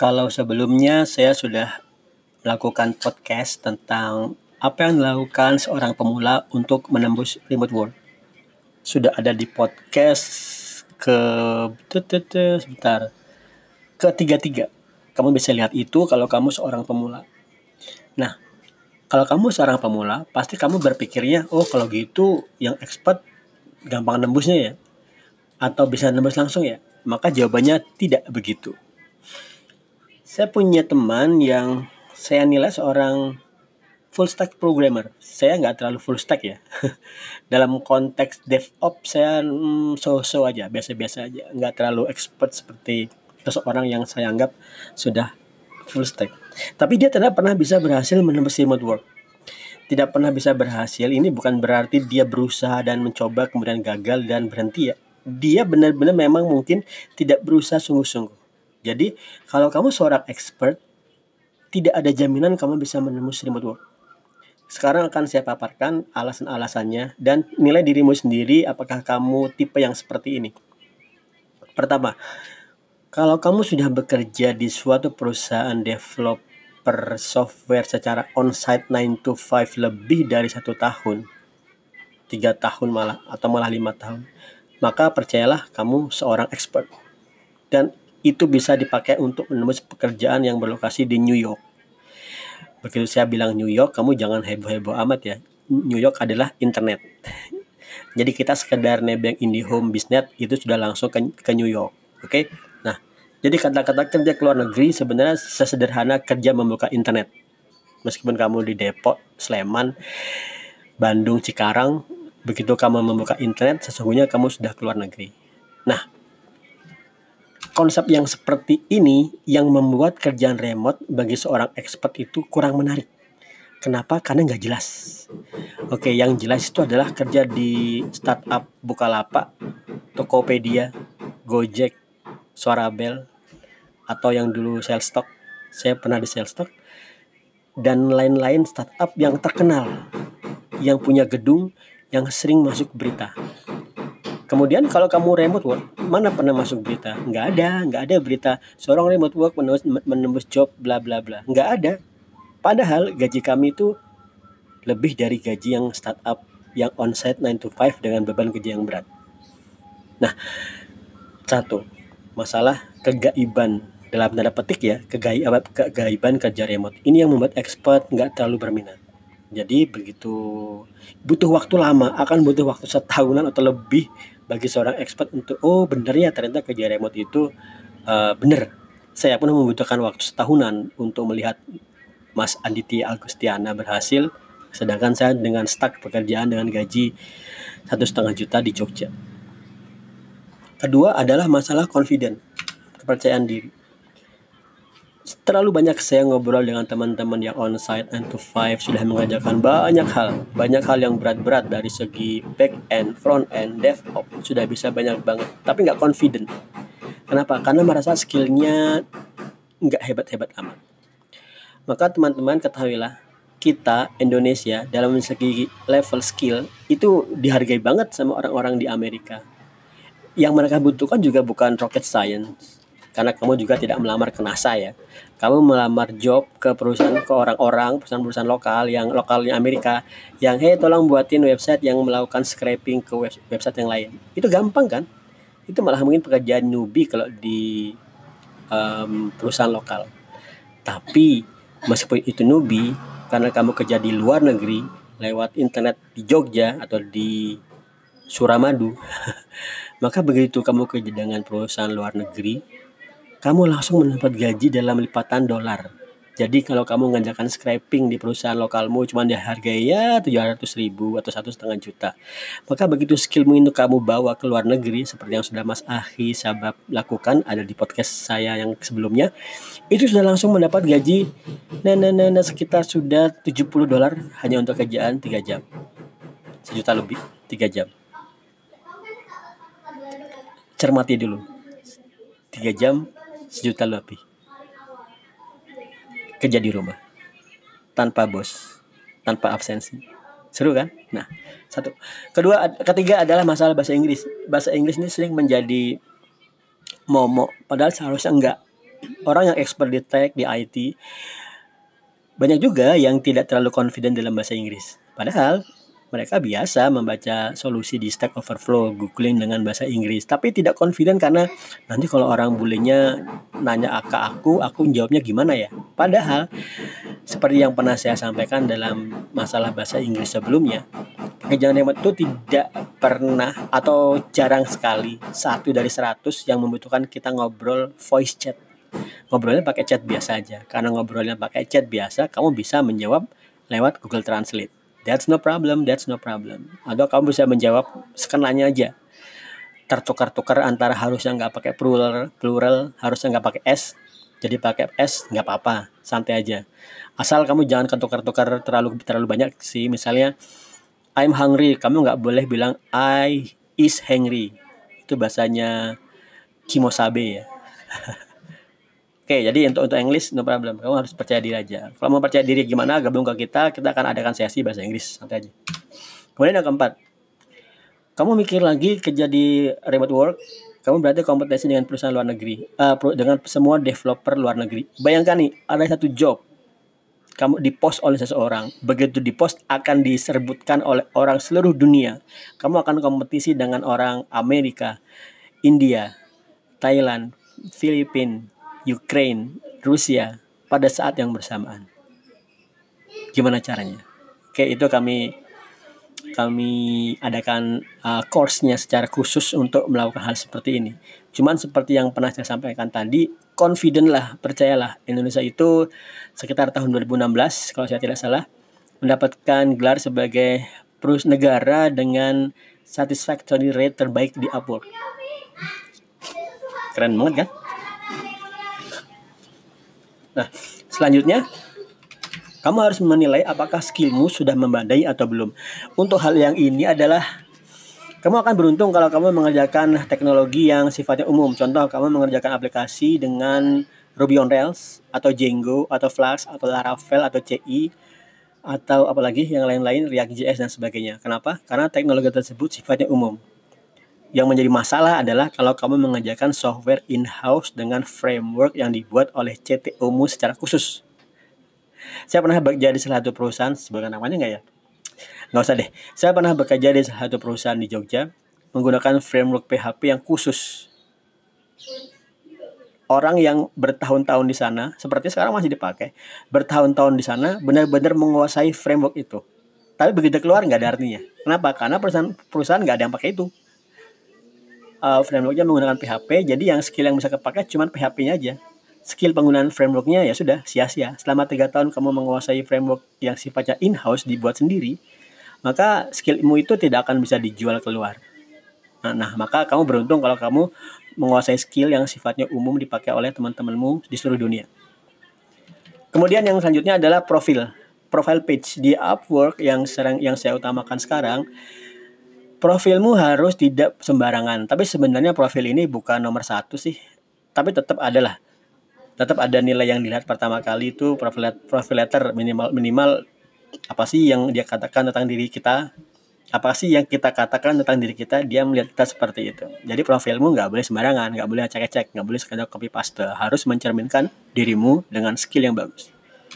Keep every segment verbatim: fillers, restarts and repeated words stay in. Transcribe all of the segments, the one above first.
Kalau sebelumnya saya sudah melakukan podcast tentang apa yang dilakukan seorang pemula untuk menembus remote work. Sudah ada di podcast ke sebentar ketiga tiga. Kamu bisa lihat itu kalau kamu seorang pemula. Nah, kalau kamu seorang pemula, pasti kamu berpikirnya, oh kalau gitu yang expert gampang nembusnya ya, atau bisa nembus langsung ya. Maka jawabannya tidak begitu. Saya punya teman yang saya nilai seorang full stack programmer. Saya nggak terlalu full stack ya. Dalam konteks DevOps saya hmm, so-so aja, biasa-biasa aja. Nggak terlalu expert seperti seseorang yang saya anggap sudah full stack. Tapi dia tidak pernah bisa berhasil menembus remote work. Tidak pernah bisa berhasil, ini bukan berarti dia berusaha dan mencoba kemudian gagal dan berhenti ya. Dia benar-benar memang mungkin tidak berusaha sungguh-sungguh. Jadi kalau kamu seorang expert, tidak ada jaminan kamu bisa menembus remote work. Sekarang akan saya paparkan alasan-alasannya dan nilai dirimu sendiri apakah kamu tipe yang seperti ini. Pertama, kalau kamu sudah bekerja di suatu perusahaan developer software secara on-site nine to five lebih dari satu tahun, tiga tahun malah, atau malah lima tahun, maka percayalah kamu seorang expert. Dan itu bisa dipakai untuk menembus pekerjaan yang berlokasi di New York. Begitu saya bilang New York, kamu jangan heboh-heboh amat ya. New York adalah internet. Jadi kita sekedar nebeng IndiHome Biznet itu sudah langsung ke, ke New York. Oke? Okay? Nah, jadi kata-kata kerja ke luar negeri sebenarnya sesederhana kerja membuka internet. Meskipun kamu di Depok, Sleman, Bandung, Cikarang, begitu kamu membuka internet, sesungguhnya kamu sudah keluar negeri. Nah, konsep yang seperti ini yang membuat kerjaan remote bagi seorang expert itu kurang menarik. Kenapa? Karena nggak jelas. Oke, yang jelas itu adalah kerja di startup Bukalapak, Tokopedia, Gojek, Suarabel, atau yang dulu Salesstock. Saya pernah di Salesstock. Dan lain-lain startup yang terkenal, yang punya gedung, yang sering masuk berita. Kemudian kalau kamu remote work, mana pernah masuk berita? Nggak ada, nggak ada berita seorang remote work menembus, menembus job bla bla bla. Nggak ada. Padahal gaji kami itu lebih dari gaji yang startup yang onsite nine to five dengan beban kerja yang berat. Nah, satu, masalah kegaiban dalam tanda petik ya, kegaiban, kegaiban kerja remote. Ini yang membuat expert nggak terlalu berminat. Jadi begitu butuh waktu lama, akan butuh waktu setahunan atau lebih bagi seorang expert untuk oh bener ya ternyata kerja remote itu uh, bener. Saya pun membutuhkan waktu setahunan untuk melihat Mas Aditya Agustiana berhasil, sedangkan saya dengan stuck pekerjaan dengan gaji satu setengah juta di Jogja. Kedua adalah masalah confident, kepercayaan diri. Terlalu banyak saya ngobrol dengan teman-teman yang onsite nine to five sudah mengajarkan banyak hal, banyak hal yang berat-berat dari segi back end, front end, DevOps sudah bisa banyak banget, tapi nggak confident. Kenapa? Karena merasa skillnya nggak hebat-hebat amat. Maka teman-teman ketahuilah, kita Indonesia dalam segi level skill itu dihargai banget sama orang-orang di Amerika. Yang mereka butuhkan juga bukan rocket science, karena kamu juga tidak melamar ke NASA ya. Kamu melamar job ke perusahaan, ke orang-orang, perusahaan-perusahaan lokal yang lokalnya Amerika, yang hey tolong buatin website yang melakukan scraping ke web, website yang lain. Itu gampang kan? Itu malah mungkin pekerjaan newbie kalau di um, perusahaan lokal. Tapi meskipun itu newbie, karena kamu kerja di luar negeri lewat internet di Jogja atau di Suramadu, maka begitu kamu kerja dengan perusahaan luar negeri, kamu langsung mendapat gaji dalam lipatan dolar. Jadi kalau kamu mengerjakan scraping di perusahaan lokalmu cuma dihargai ya tujuh ratus ribu atau satu setengah juta. Maka begitu skillmu itu kamu bawa ke luar negeri, seperti yang sudah Mas Ahi Sabab lakukan, ada di podcast saya yang sebelumnya, itu sudah langsung mendapat gaji nah, nah, nah, nah, sekitar sudah tujuh puluh dolar hanya untuk kerjaan tiga jam. Sejuta lebih, tiga jam. Cermati dulu. tiga jam, sejuta lebih. Kerja di rumah. Tanpa bos, tanpa absensi. Seru kan? Nah, satu. Kedua, ketiga adalah masalah bahasa Inggris. Bahasa Inggris ini sering menjadi momok, padahal seharusnya enggak. orang yang expert di tech, di I T, banyak juga yang tidak terlalu confident dalam bahasa Inggris. Padahal mereka biasa membaca solusi di Stack Overflow, googling dengan bahasa Inggris, tapi tidak confident karena nanti kalau orang bulenya nanya ke aku, aku jawabnya gimana ya? Padahal seperti yang pernah saya sampaikan dalam masalah bahasa Inggris sebelumnya, pekerjaan remote itu tidak pernah atau jarang sekali satu dari seratus yang membutuhkan kita ngobrol voice chat. Ngobrolnya pakai chat biasa aja. Karena ngobrolnya pakai chat biasa, kamu bisa menjawab lewat Google Translate. That's no problem, that's no problem. Atau kamu bisa menjawab sekenanya aja. Tertukar-tukar antara harusnya nggak pakai plural, plural harusnya nggak pakai s, jadi pakai s nggak apa-apa, santai aja. Asal kamu jangan ketukar-tukar terlalu terlalu banyak sih. Misalnya I'm hungry, kamu nggak boleh bilang I is hungry. Itu bahasanya Kimosabe ya. Oke, jadi untuk untuk English no problem. Kamu harus percaya diri aja. Kalau mau percaya diri gimana, gabung ke kita, kita akan adakan sesi bahasa Inggris, santai aja. Kemudian yang keempat, kamu mikir lagi kerja di remote work, kamu berarti kompetisi dengan perusahaan luar negeri, uh, dengan semua developer luar negeri. Bayangkan nih, ada satu job, kamu di-post oleh seseorang, begitu di-post akan diserbutkan oleh orang seluruh dunia. Kamu akan kompetisi dengan orang Amerika, India, Thailand, Filipina, Ukraine, Rusia pada saat yang bersamaan. Gimana caranya? Oke, itu kami kami adakan uh, course-nya secara khusus untuk melakukan hal seperti ini. Cuman seperti yang pernah saya sampaikan tadi, confident lah, percayalah. Indonesia itu sekitar tahun dua ribu enam belas, kalau saya tidak salah, mendapatkan gelar sebagai perusahaan negara dengan satisfactory rate terbaik di Upwork. Keren banget kan? Nah, selanjutnya kamu harus menilai apakah skillmu sudah memadai atau belum. Untuk hal yang ini adalah kamu akan beruntung kalau kamu mengerjakan teknologi yang sifatnya umum. Contoh, kamu mengerjakan aplikasi dengan Ruby on Rails atau Django atau Flask atau Laravel atau C I atau apalagi yang lain-lain, React.js dan sebagainya. Kenapa? Karena teknologi tersebut sifatnya umum. Yang menjadi masalah adalah kalau kamu mengerjakan software in-house dengan framework yang dibuat oleh C T O-mu secara khusus. Saya pernah bekerja di salah satu perusahaan, sebutkan namanya nggak ya? Nggak usah deh. Saya pernah bekerja di salah satu perusahaan di Jogja menggunakan framework P H P yang khusus. Orang yang bertahun-tahun di sana, seperti sekarang masih dipakai, bertahun-tahun di sana benar-benar menguasai framework itu. Tapi begitu keluar nggak ada artinya. Kenapa? Karena perusahaan perusahaan nggak ada yang pakai itu. Uh, frameworknya menggunakan P H P, jadi yang skill yang bisa kepakai cuma P H P-nya aja. Skill penggunaan frameworknya ya sudah sia-sia. Selama tiga tahun kamu menguasai framework yang sifatnya in-house dibuat sendiri, maka skillmu itu tidak akan bisa dijual keluar. Nah, nah, maka kamu beruntung kalau kamu menguasai skill yang sifatnya umum dipakai oleh teman-temanmu di seluruh dunia. Kemudian yang selanjutnya adalah profil. Profile page di Upwork yang sering yang saya utamakan sekarang. Profilmu harus tidak sembarangan. Tapi sebenarnya profil ini bukan nomor satu sih. Tapi tetap ada lah. Tetap ada nilai yang dilihat pertama kali itu profil, profil letter minimal minimal apa sih yang dia katakan tentang diri kita. Apa sih yang kita katakan tentang diri kita, dia melihat kita seperti itu. Jadi profilmu nggak boleh sembarangan, nggak boleh acak-acak, nggak boleh sekadar copy paste. Harus mencerminkan dirimu dengan skill yang bagus.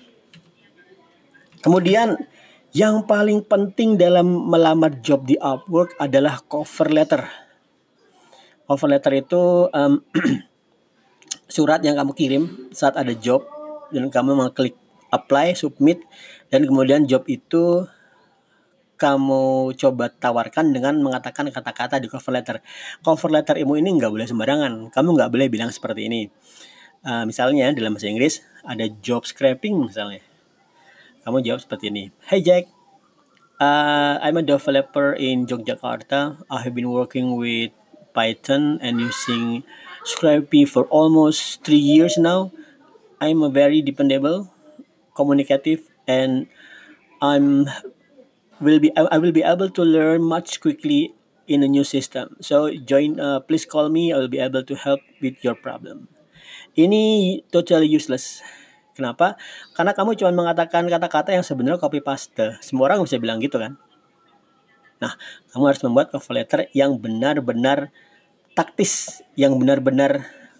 Kemudian yang paling penting dalam melamar job di Upwork adalah cover letter. Cover letter itu um, surat yang kamu kirim saat ada job dan kamu mengklik apply, submit, dan kemudian job itu kamu coba tawarkan dengan mengatakan kata-kata di cover letter. Cover letter ilmu ini nggak boleh sembarangan. Kamu nggak boleh bilang seperti ini. Uh, misalnya dalam bahasa Inggris ada job scraping misalnya. Kamu jawab seperti ini. Hey Jack, uh, I'm a developer in Yogyakarta. I have been working with Python and using Scrapy for almost three years now. I'm a very dependable, communicative, and I'm will be I will be able to learn much quickly in a new system. So join, uh, please call me. I will be able to help with your problem. Ini totally useless. Kenapa? Karena kamu cuma mengatakan kata-kata yang sebenarnya copy paste. Semua orang bisa bilang gitu kan. Nah, kamu harus membuat cover letter yang benar-benar taktis, yang benar-benar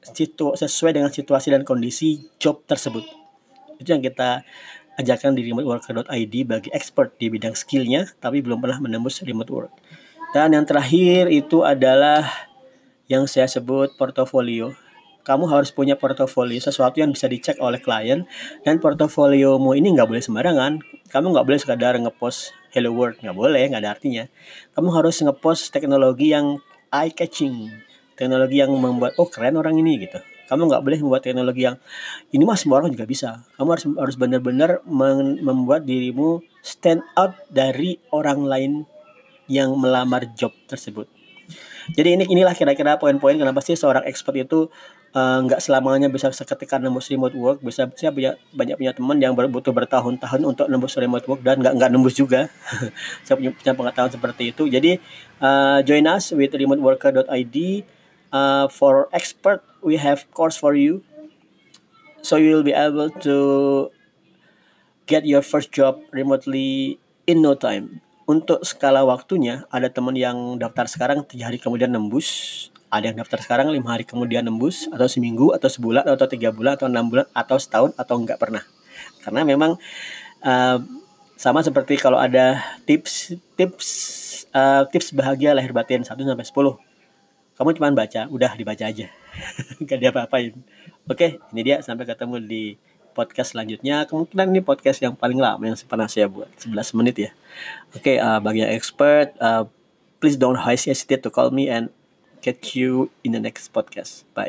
situ, sesuai dengan situasi dan kondisi job tersebut. Itu yang kita ajarkan di remoteworker dot i d bagi expert di bidang skillnya tapi belum pernah menembus remote work. Dan yang terakhir itu adalah yang saya sebut portofolio. Kamu harus punya portofolio, sesuatu yang bisa dicek oleh klien, dan portofoliomu ini nggak boleh sembarangan. Kamu nggak boleh sekadar ngepost hello world, nggak boleh, nggak ada artinya. Kamu harus ngepost teknologi yang eye catching, teknologi yang membuat oh keren orang ini gitu. Kamu nggak boleh membuat teknologi yang ini mah semua orang juga bisa. Kamu harus harus benar-benar mem- membuat dirimu stand out dari orang lain yang melamar job tersebut. Jadi ini inilah kira-kira poin-poin kenapa sih seorang expert itu eh, nggak selamanya bisa seketika nembus remote work. Bisa saya punya banyak punya teman yang ber- butuh bertahun-tahun untuk nembus remote work dan nggak nggak nembus juga. Saya punya, punya pengetahuan seperti itu. Jadi eh, join us with remoteworker dot i d. Uh, for expert, we have course for you, so you will be able to get your first job remotely in no time. Untuk skala waktunya, ada teman yang daftar sekarang tiga hari kemudian nembus, ada yang daftar sekarang lima hari kemudian nembus, atau seminggu, atau sebulan, atau tiga bulan, atau enam bulan, atau setahun, atau enggak pernah. Karena memang uh, sama seperti kalau ada tips tips uh, tips bahagia lahir batin satu sampai sepuluh. Kamu cuma baca, udah dibaca aja. Gak diapa-apain. Oke, ini dia, sampai ketemu di podcast selanjutnya. Kemungkinan ini podcast yang paling lama yang pernah saya buat, sebelas menit ya. Oke, uh, bagi yang expert, uh, please don't hesitate to call me and catch you in the next podcast. Bye.